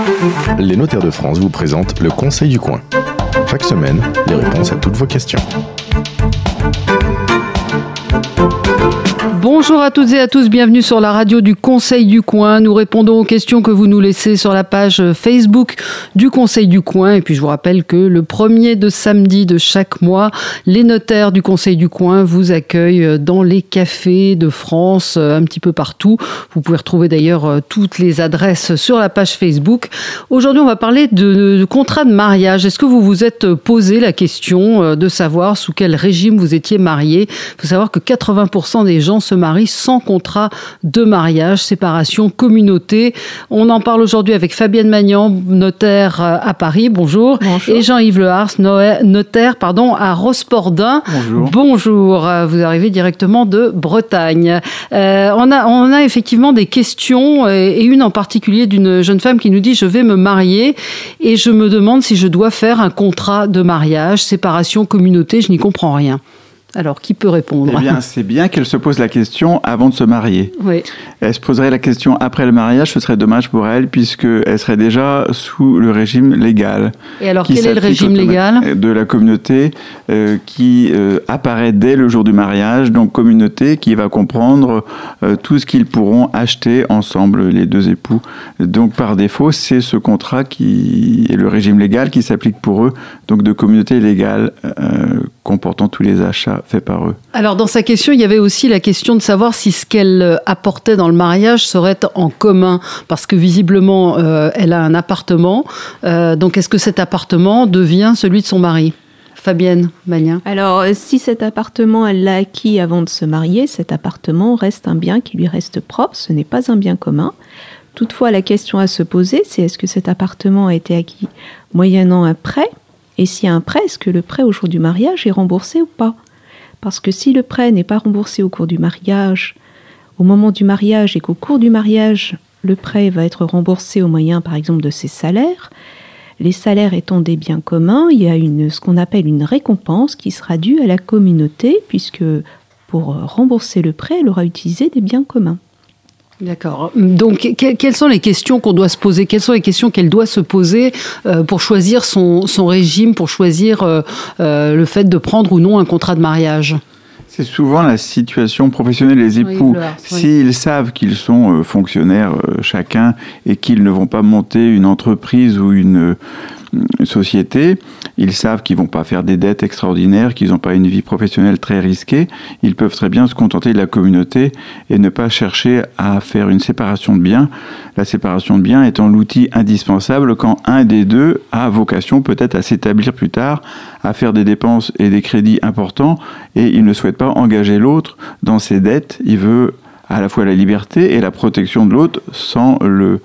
Les notaires de France vous présentent le Conseil du coin. Chaque semaine, les réponses à toutes vos questions. Bonjour à toutes et à tous, bienvenue sur la radio du Conseil du Coin. Nous répondons aux questions que vous nous laissez sur la page Facebook du Conseil du Coin. Et puis je vous rappelle que le premier de samedi de chaque mois, les notaires du Conseil du Coin vous accueillent dans les cafés de France, un petit peu partout. Vous pouvez retrouver d'ailleurs toutes les adresses sur la page Facebook. Aujourd'hui, on va parler de contrat de mariage. Est-ce que vous vous êtes posé la question de savoir sous quel régime vous étiez marié ? Il faut savoir que 80% des gens se marient sans contrat de mariage, séparation, communauté. On en parle aujourd'hui avec Fabienne Magnan, notaire à Paris. Bonjour. Bonjour. Et Jean-Yves Lehars, notaire à Rospordin. Bonjour. Bonjour. Vous arrivez directement de Bretagne. On a effectivement des questions et une en particulier d'une jeune femme qui nous dit « Je vais me marier et je me demande si je dois faire un contrat de mariage, séparation, communauté, je n'y comprends rien ». Alors, qui peut répondre ? Eh bien, c'est bien qu'elle se pose la question avant de se marier. Oui. Elle se poserait la question après le mariage, ce serait dommage pour elle, puisqu'elle serait déjà sous le régime légal. Et alors, quel est le régime légal ? De la communauté qui apparaît dès le jour du mariage, donc communauté qui va comprendre tout ce qu'ils pourront acheter ensemble, les deux époux. Donc, par défaut, c'est ce contrat qui est le régime légal qui s'applique pour eux, donc de communauté légale comportant tous les achats faits par eux. Alors, dans sa question, il y avait aussi la question de savoir si ce qu'elle apportait dans le mariage serait en commun, parce que visiblement, elle a un appartement. Donc, est-ce que cet appartement devient celui de son mari ? Fabienne Magnan. Alors, si cet appartement, elle l'a acquis avant de se marier, cet appartement reste un bien qui lui reste propre, ce n'est pas un bien commun. Toutefois, la question à se poser, c'est est-ce que cet appartement a été acquis moyennant un prêt ? Et s'il y a un prêt, est-ce que le prêt au jour du mariage est remboursé ou pas ? Parce que si le prêt n'est pas remboursé au cours du mariage, au moment du mariage et qu'au cours du mariage, le prêt va être remboursé au moyen, par exemple, de ses salaires, les salaires étant des biens communs, il y a ce qu'on appelle une récompense qui sera due à la communauté, puisque pour rembourser le prêt, elle aura utilisé des biens communs. D'accord. Donc, quelles sont les questions qu'on doit se poser ? Quelles sont les questions qu'elle doit se poser pour choisir son régime, pour choisir le fait de prendre ou non un contrat de mariage ? C'est souvent la situation professionnelle des époux. Oui. S'ils savent qu'ils sont fonctionnaires chacun et qu'ils ne vont pas monter une entreprise ou une société, ils savent qu'ils ne vont pas faire des dettes extraordinaires, qu'ils n'ont pas une vie professionnelle très risquée, ils peuvent très bien se contenter de la communauté et ne pas chercher à faire une séparation de biens. La séparation de biens étant l'outil indispensable quand un des deux a vocation peut-être à s'établir plus tard, à faire des dépenses et des crédits importants et il ne souhaite pas engager l'autre dans ses dettes. Il veut à la fois la liberté et la protection de l'autre sans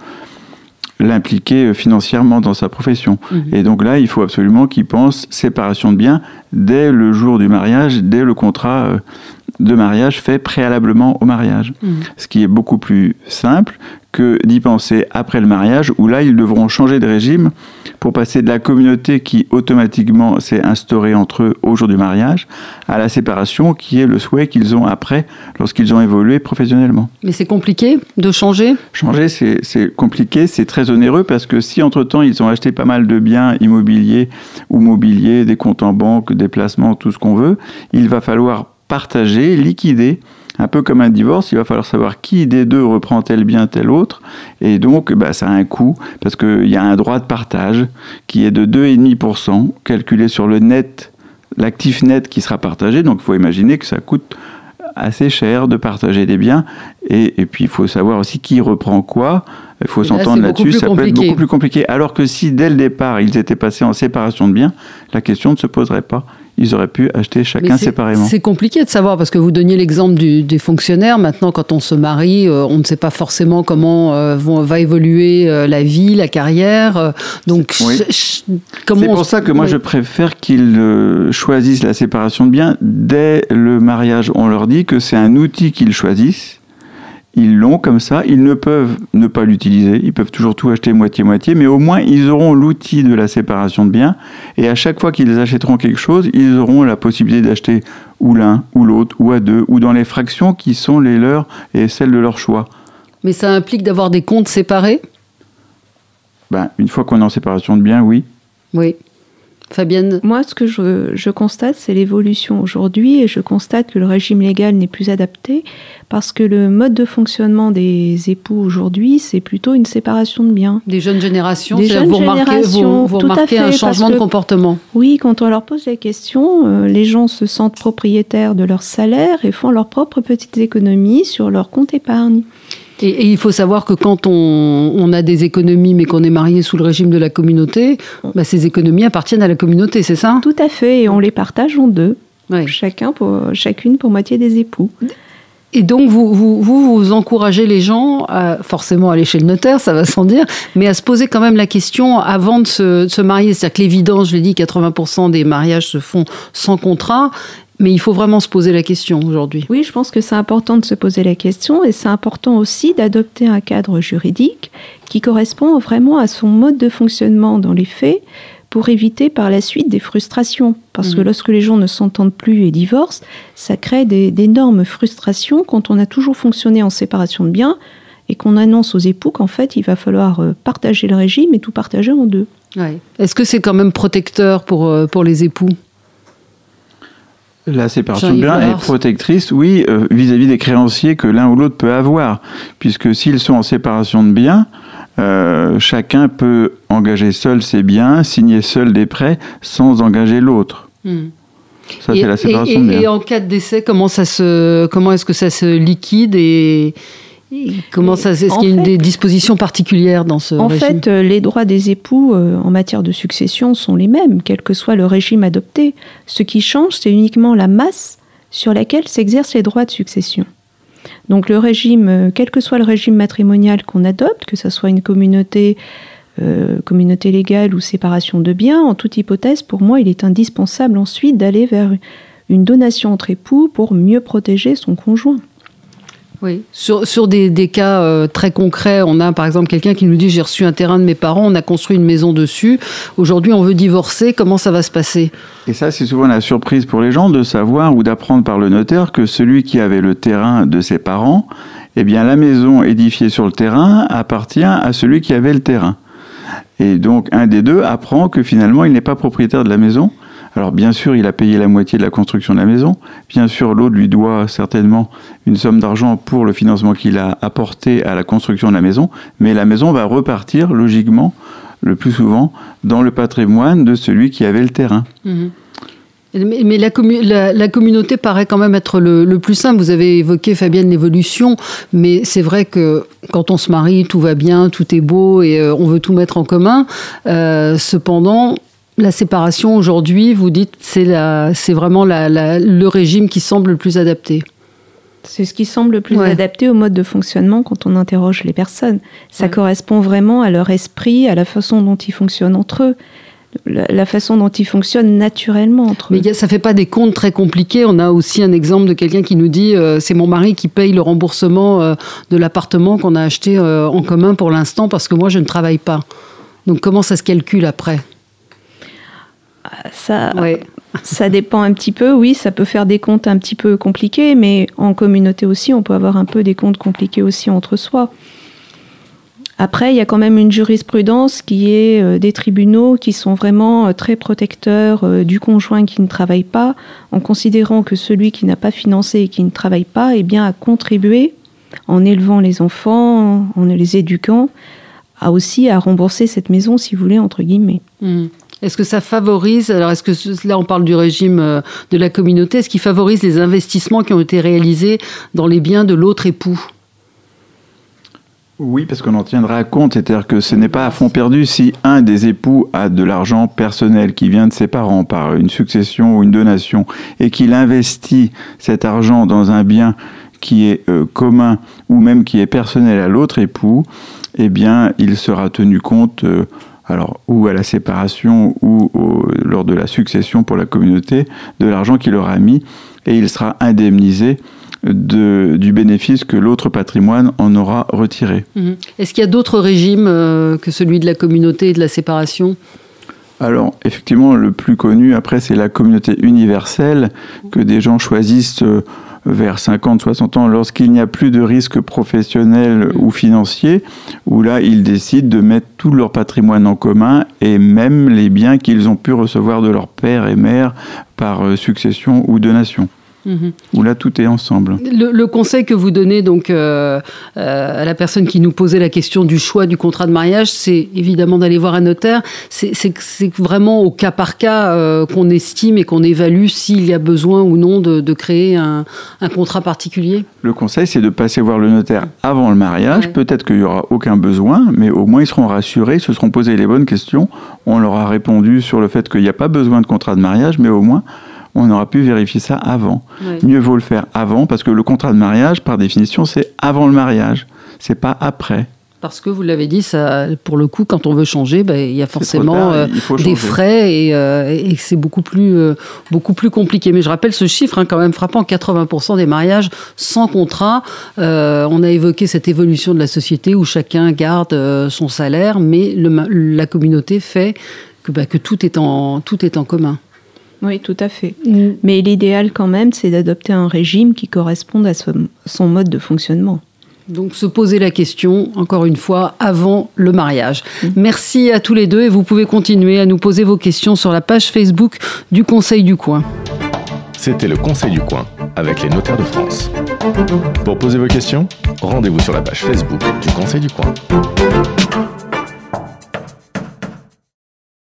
l'impliquer financièrement dans sa profession. Et donc là, il faut absolument qu'il pense séparation de biens dès le jour du mariage, dès le contrat de mariage fait préalablement au mariage. Ce qui est beaucoup plus simple que d'y penser après le mariage, où là, ils devront changer de régime pour passer de la communauté qui automatiquement s'est instaurée entre eux au jour du mariage, à la séparation qui est le souhait qu'ils ont après, lorsqu'ils ont évolué professionnellement. Mais c'est compliqué de changer ? Changer, c'est compliqué, c'est très onéreux, parce que si entre-temps, ils ont acheté pas mal de biens immobiliers ou mobiliers, des comptes en banque, des placements, tout ce qu'on veut, il va falloir partager, liquider. Un peu comme un divorce, il va falloir savoir qui des deux reprend tel bien, tel autre. Et donc, ça a un coût, parce qu'il y a un droit de partage qui est de 2,5%, calculé sur le net, l'actif net qui sera partagé. Donc, il faut imaginer que ça coûte assez cher de partager des biens. Et puis, il faut savoir aussi qui reprend quoi. Il faut s'entendre là-dessus. Ça peut être beaucoup plus compliqué. Alors que si, dès le départ, ils étaient passés en séparation de biens, la question ne se poserait pas. Ils auraient pu acheter chacun séparément. C'est compliqué de savoir, parce que vous donniez l'exemple des fonctionnaires. Maintenant, quand on se marie, on ne sait pas forcément comment va évoluer la vie, la carrière. Donc, oui. C'est pour ça que moi, je préfère qu'ils choisissent la séparation de biens. Dès le mariage, on leur dit que c'est un outil qu'ils choisissent. Ils l'ont comme ça, ils ne peuvent ne pas l'utiliser, ils peuvent toujours tout acheter moitié-moitié, mais au moins ils auront l'outil de la séparation de biens, et à chaque fois qu'ils achèteront quelque chose, ils auront la possibilité d'acheter ou l'un, ou l'autre, ou à deux, ou dans les fractions qui sont les leurs et celles de leur choix. Mais ça implique d'avoir des comptes séparés ? Une fois qu'on est en séparation de biens, oui. Oui. Fabienne? Moi, ce que je constate, c'est l'évolution aujourd'hui, et je constate que le régime légal n'est plus adapté parce que le mode de fonctionnement des époux aujourd'hui, c'est plutôt une séparation de biens. Des jeunes générations, vous remarquez un changement de comportement. Oui, quand on leur pose la question, les gens se sentent propriétaires de leur salaire et font leurs propres petites économies sur leur compte épargne. Et il faut savoir que quand on a des économies, mais qu'on est marié sous le régime de la communauté, ces économies appartiennent à la communauté, c'est ça? Tout à fait, et on les partage en deux, ouais. Chacune pour moitié des époux. Et donc, vous encouragez les gens à forcément aller chez le notaire, ça va sans dire, mais à se poser quand même la question avant de se marier. C'est-à-dire que l'évidence, je l'ai dit, 80% des mariages se font sans contrat. Mais il faut vraiment se poser la question aujourd'hui. Oui, je pense que c'est important de se poser la question, et c'est important aussi d'adopter un cadre juridique qui correspond vraiment à son mode de fonctionnement dans les faits pour éviter par la suite des frustrations. Parce que lorsque les gens ne s'entendent plus et divorcent, ça crée d'énormes frustrations quand on a toujours fonctionné en séparation de biens et qu'on annonce aux époux qu'en fait, il va falloir partager le régime et tout partager en deux. Ouais. Est-ce que c'est quand même protecteur pour les époux ? La séparation de biens est protectrice, oui, vis-à-vis des créanciers que l'un ou l'autre peut avoir. Puisque s'ils sont en séparation de biens, chacun peut engager seul ses biens, signer seul des prêts, sans engager l'autre. Ça, c'est la séparation de biens. Et en cas de décès, comment est-ce que ça se liquide et est-ce qu'il y a des dispositions particulières dans ce régime ? En fait, les droits des époux en matière de succession sont les mêmes, quel que soit le régime adopté. Ce qui change, c'est uniquement la masse sur laquelle s'exercent les droits de succession. Donc le régime, quel que soit le régime matrimonial qu'on adopte, que ce soit une communauté légale ou séparation de biens, en toute hypothèse, pour moi, il est indispensable ensuite d'aller vers une donation entre époux pour mieux protéger son conjoint. Oui, sur des cas très concrets, on a par exemple quelqu'un qui nous dit « j'ai reçu un terrain de mes parents, on a construit une maison dessus, aujourd'hui on veut divorcer, comment ça va se passer ?» Et ça, c'est souvent la surprise pour les gens de savoir ou d'apprendre par le notaire que celui qui avait le terrain de ses parents, eh bien la maison édifiée sur le terrain appartient à celui qui avait le terrain. Et donc un des deux apprend que finalement il n'est pas propriétaire de la maison. Alors bien sûr, il a payé la moitié de la construction de la maison. Bien sûr, l'autre lui doit certainement une somme d'argent pour le financement qu'il a apporté à la construction de la maison. Mais la maison va repartir, logiquement, le plus souvent, dans le patrimoine de celui qui avait le terrain. Mais la communauté paraît quand même être le plus simple. Vous avez évoqué, Fabienne, l'évolution. Mais c'est vrai que quand on se marie, tout va bien, tout est beau et on veut tout mettre en commun. Cependant... La séparation aujourd'hui, vous dites, c'est vraiment le régime qui semble le plus adapté. C'est ce qui semble le plus adapté au mode de fonctionnement quand on interroge les personnes. Ça correspond vraiment à leur esprit, à la façon dont ils fonctionnent entre eux, la façon dont ils fonctionnent naturellement entre eux. Mais ça ne fait pas des comptes très compliqués. On a aussi un exemple de quelqu'un qui nous dit c'est mon mari qui paye le remboursement de l'appartement qu'on a acheté en commun pour l'instant parce que moi, je ne travaille pas. Donc, comment ça se calcule après ? Ça dépend un petit peu, oui, ça peut faire des comptes un petit peu compliqués, mais en communauté aussi, on peut avoir un peu des comptes compliqués aussi entre soi. Après, il y a quand même une jurisprudence qui est des tribunaux qui sont vraiment très protecteurs du conjoint qui ne travaille pas, en considérant que celui qui n'a pas financé et qui ne travaille pas, eh bien, a contribué, en élevant les enfants, en les éduquant, à rembourser cette maison, si vous voulez, entre guillemets. Est-ce que ça favorise, alors est-ce que là on parle du régime de la communauté, est-ce qu'il favorise les investissements qui ont été réalisés dans les biens de l'autre époux ? Oui, parce qu'on en tiendra compte, c'est-à-dire que ce n'est pas à fond perdu si un des époux a de l'argent personnel qui vient de ses parents par une succession ou une donation et qu'il investit cet argent dans un bien qui est commun ou même qui est personnel à l'autre époux, eh bien il sera tenu compte... alors ou à la séparation ou lors de la succession pour la communauté, de l'argent qu'il aura mis, et il sera indemnisé du bénéfice que l'autre patrimoine en aura retiré. Est-ce qu'il y a d'autres régimes que celui de la communauté et de la séparation ? Alors, effectivement, le plus connu, après, c'est la communauté universelle, que des gens choisissent vers 50, 60 ans, lorsqu'il n'y a plus de risque professionnel ou financier, où là, ils décident de mettre tout leur patrimoine en commun et même les biens qu'ils ont pu recevoir de leur père et mère par succession ou donation. Où là, tout est ensemble. Le conseil que vous donnez donc à la personne qui nous posait la question du choix du contrat de mariage, c'est évidemment d'aller voir un notaire. C'est vraiment au cas par cas qu'on estime et qu'on évalue s'il y a besoin ou non de créer un contrat particulier. Le conseil, c'est de passer voir le notaire avant le mariage. Ouais. Peut-être qu'il n'y aura aucun besoin, mais au moins ils seront rassurés, ils se seront posés les bonnes questions. On leur a répondu sur le fait qu'il n'y a pas besoin de contrat de mariage, mais au moins on aura pu vérifier ça avant. Oui. Mieux vaut le faire avant, parce que le contrat de mariage, par définition, c'est avant le mariage. C'est pas après. Parce que vous l'avez dit, ça, pour le coup, quand on veut changer, il y a forcément des frais et c'est beaucoup plus compliqué. Mais je rappelle ce chiffre quand même frappant, 80% des mariages sans contrat. On a évoqué cette évolution de la société où chacun garde son salaire, mais la communauté fait que tout est en commun. Oui, tout à fait. Mais l'idéal quand même, c'est d'adopter un régime qui corresponde à son mode de fonctionnement. Donc se poser la question, encore une fois, avant le mariage. Merci à tous les deux et vous pouvez continuer à nous poser vos questions sur la page Facebook du Conseil du Coin. C'était le Conseil du Coin avec les notaires de France. Pour poser vos questions, rendez-vous sur la page Facebook du Conseil du Coin.